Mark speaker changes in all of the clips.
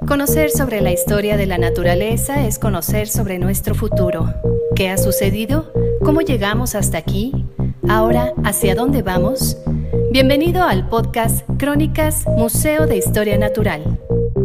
Speaker 1: Conocer sobre la historia de la naturaleza es conocer sobre nuestro futuro. ¿Qué ha sucedido? ¿Cómo llegamos hasta aquí? Ahora, ¿hacia dónde vamos? Bienvenido al podcast Crónicas Museo de Historia Natural.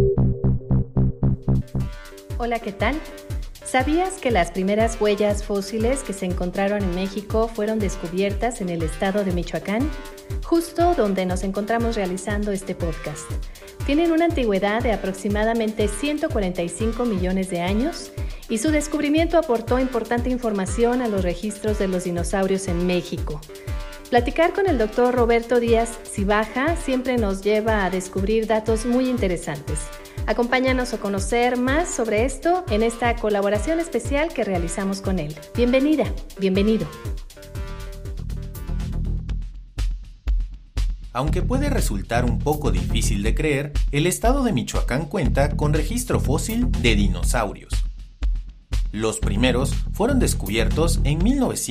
Speaker 1: Hola, ¿qué tal? ¿Sabías que las primeras huellas fósiles que se encontraron en México fueron descubiertas en el estado de Michoacán? Justo donde nos encontramos realizando este podcast. Tienen una antigüedad de aproximadamente 145 millones de años y su descubrimiento aportó importante información a los registros de los dinosaurios en México. Platicar con el doctor Roberto Díaz Cibaja siempre nos lleva a descubrir datos muy interesantes. Acompáñanos a conocer más sobre esto en esta colaboración especial que realizamos con él. Bienvenida, bienvenido.
Speaker 2: Aunque puede resultar un poco difícil de creer, el estado de Michoacán cuenta con registro fósil de dinosaurios. Los primeros fueron descubiertos en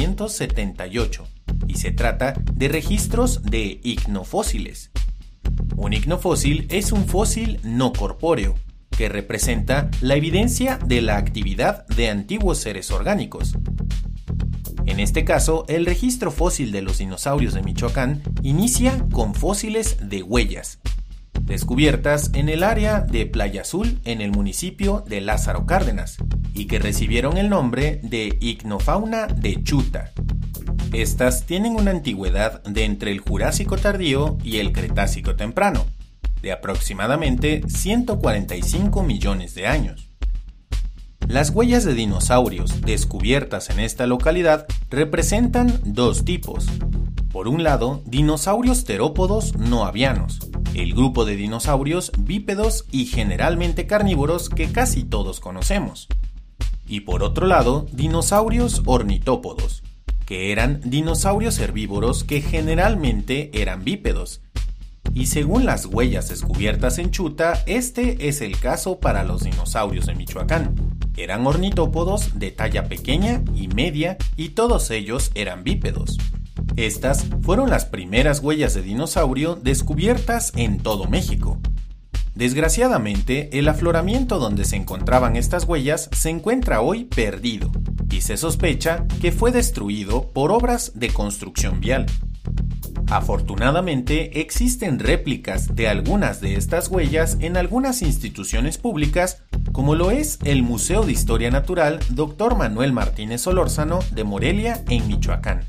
Speaker 2: 1978 y se trata de registros de icnofósiles. Un icnofósil es un fósil no corpóreo, que representa la evidencia de la actividad de antiguos seres orgánicos. En este caso, el registro fósil de los dinosaurios de Michoacán inicia con fósiles de huellas, descubiertas en el área de Playa Azul en el municipio de Lázaro Cárdenas, y que recibieron el nombre de icnofauna de Chuta. Estas tienen una antigüedad de entre el Jurásico tardío y el Cretácico temprano, de aproximadamente 145 millones de años. Las huellas de dinosaurios descubiertas en esta localidad representan dos tipos. Por un lado, dinosaurios terópodos no avianos, el grupo de dinosaurios bípedos y generalmente carnívoros que casi todos conocemos. Y por otro lado, dinosaurios ornitópodos, que eran dinosaurios herbívoros que generalmente eran bípedos. Y según las huellas descubiertas en Chuta, este es el caso para los dinosaurios de Michoacán. Eran ornitópodos de talla pequeña y media y todos ellos eran bípedos. Estas fueron las primeras huellas de dinosaurio descubiertas en todo México. Desgraciadamente, el afloramiento donde se encontraban estas huellas se encuentra hoy perdido y se sospecha que fue destruido por obras de construcción vial. Afortunadamente, existen réplicas de algunas de estas huellas en algunas instituciones públicas, como lo es el Museo de Historia Natural Dr. Manuel Martínez Solórzano de Morelia, en Michoacán.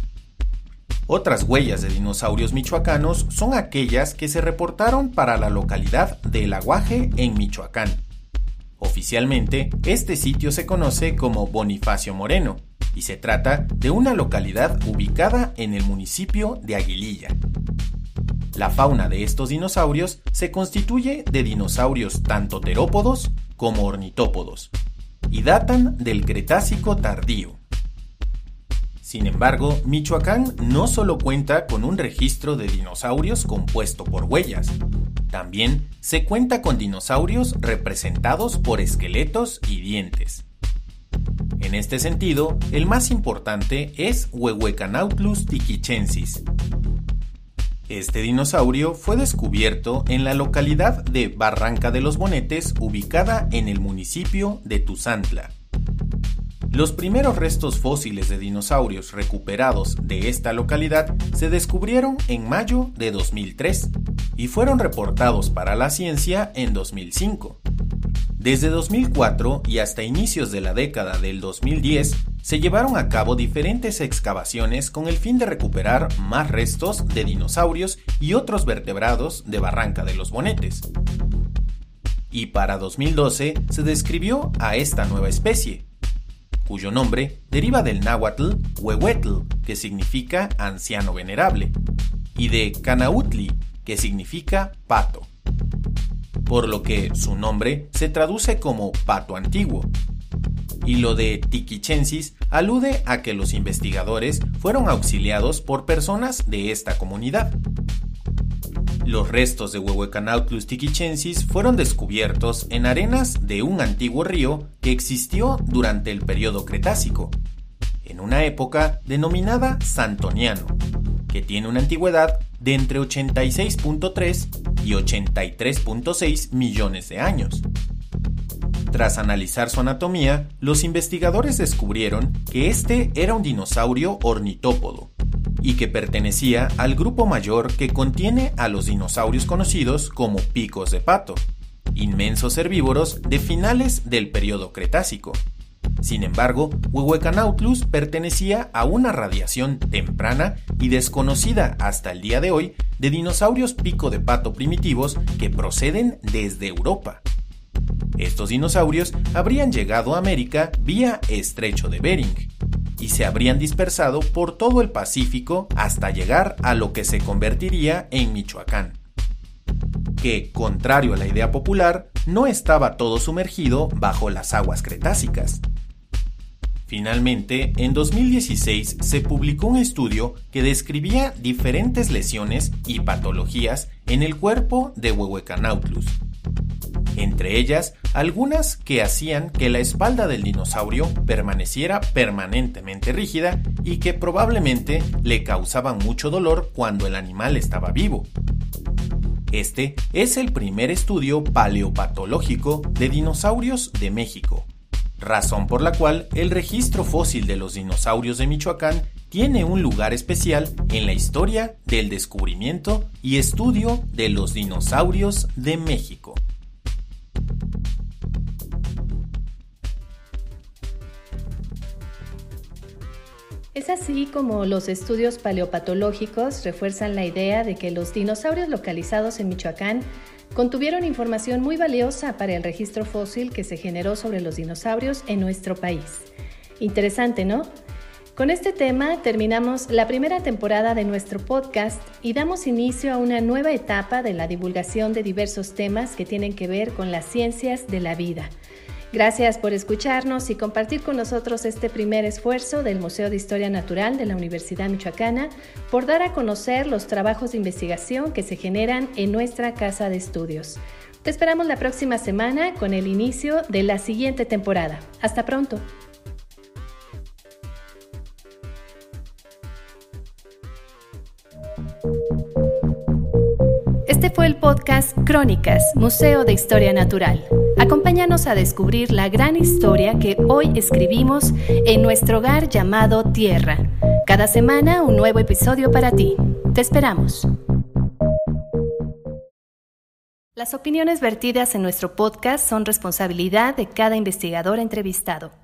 Speaker 2: Otras huellas de dinosaurios michoacanos son aquellas que se reportaron para la localidad de El Aguaje, en Michoacán. Oficialmente, este sitio se conoce como Bonifacio Moreno, y se trata de una localidad ubicada en el municipio de Aguililla. La fauna de estos dinosaurios se constituye de dinosaurios tanto terópodos como ornitópodos, y datan del Cretácico tardío. Sin embargo, Michoacán no solo cuenta con un registro de dinosaurios compuesto por huellas, también se cuenta con dinosaurios representados por esqueletos y dientes. En este sentido, el más importante es Huehuecanautlus tiquichensis. Este dinosaurio fue descubierto en la localidad de Barranca de los Bonetes, ubicada en el municipio de Tuzantla. Los primeros restos fósiles de dinosaurios recuperados de esta localidad se descubrieron en mayo de 2003 y fueron reportados para la ciencia en 2005. Desde 2004 y hasta inicios de la década del 2010, se llevaron a cabo diferentes excavaciones con el fin de recuperar más restos de dinosaurios y otros vertebrados de Barranca de los Bonetes. Y para 2012 se describió a esta nueva especie, cuyo nombre deriva del náhuatl Huehuetl, que significa anciano venerable, y de Canautli, que significa pato, por lo que su nombre se traduce como pato antiguo. Y lo de tiquichensis alude a que los investigadores fueron auxiliados por personas de esta comunidad. Los restos de Huehuecanautlus tiquichensis fueron descubiertos en arenas de un antiguo río que existió durante el periodo Cretácico, en una época denominada Santoniano, que tiene una antigüedad de entre 86.3 y 83.6 millones de años. Tras analizar su anatomía, los investigadores descubrieron que este era un dinosaurio ornitópodo y que pertenecía al grupo mayor que contiene a los dinosaurios conocidos como picos de pato, inmensos herbívoros de finales del período Cretácico. Sin embargo, Huehuecanautlus pertenecía a una radiación temprana y desconocida hasta el día de hoy de dinosaurios pico de pato primitivos que proceden desde Europa. Estos dinosaurios habrían llegado a América vía Estrecho de Bering y se habrían dispersado por todo el Pacífico hasta llegar a lo que se convertiría en Michoacán, que, contrario a la idea popular, no estaba todo sumergido bajo las aguas cretácicas. Finalmente, en 2016 se publicó un estudio que describía diferentes lesiones y patologías en el cuerpo de Huehuecanautlus. Entre ellas, algunas que hacían que la espalda del dinosaurio permaneciera permanentemente rígida y que probablemente le causaban mucho dolor cuando el animal estaba vivo. Este es el primer estudio paleopatológico de dinosaurios de México, razón por la cual el registro fósil de los dinosaurios de Michoacán tiene un lugar especial en la historia del descubrimiento y estudio de los dinosaurios de México.
Speaker 1: Es así como los estudios paleopatológicos refuerzan la idea de que los dinosaurios localizados en Michoacán contuvieron información muy valiosa para el registro fósil que se generó sobre los dinosaurios en nuestro país. Interesante, ¿no? Con este tema terminamos la primera temporada de nuestro podcast y damos inicio a una nueva etapa de la divulgación de diversos temas que tienen que ver con las ciencias de la vida. Gracias por escucharnos y compartir con nosotros este primer esfuerzo del Museo de Historia Natural de la Universidad Michoacana por dar a conocer los trabajos de investigación que se generan en nuestra casa de estudios. Te esperamos la próxima semana con el inicio de la siguiente temporada. Hasta pronto. Este fue el podcast Crónicas, Museo de Historia Natural. Acompáñanos a descubrir la gran historia que hoy escribimos en nuestro hogar llamado Tierra. Cada semana un nuevo episodio para ti. Te esperamos. Las opiniones vertidas en nuestro podcast son responsabilidad de cada investigador entrevistado.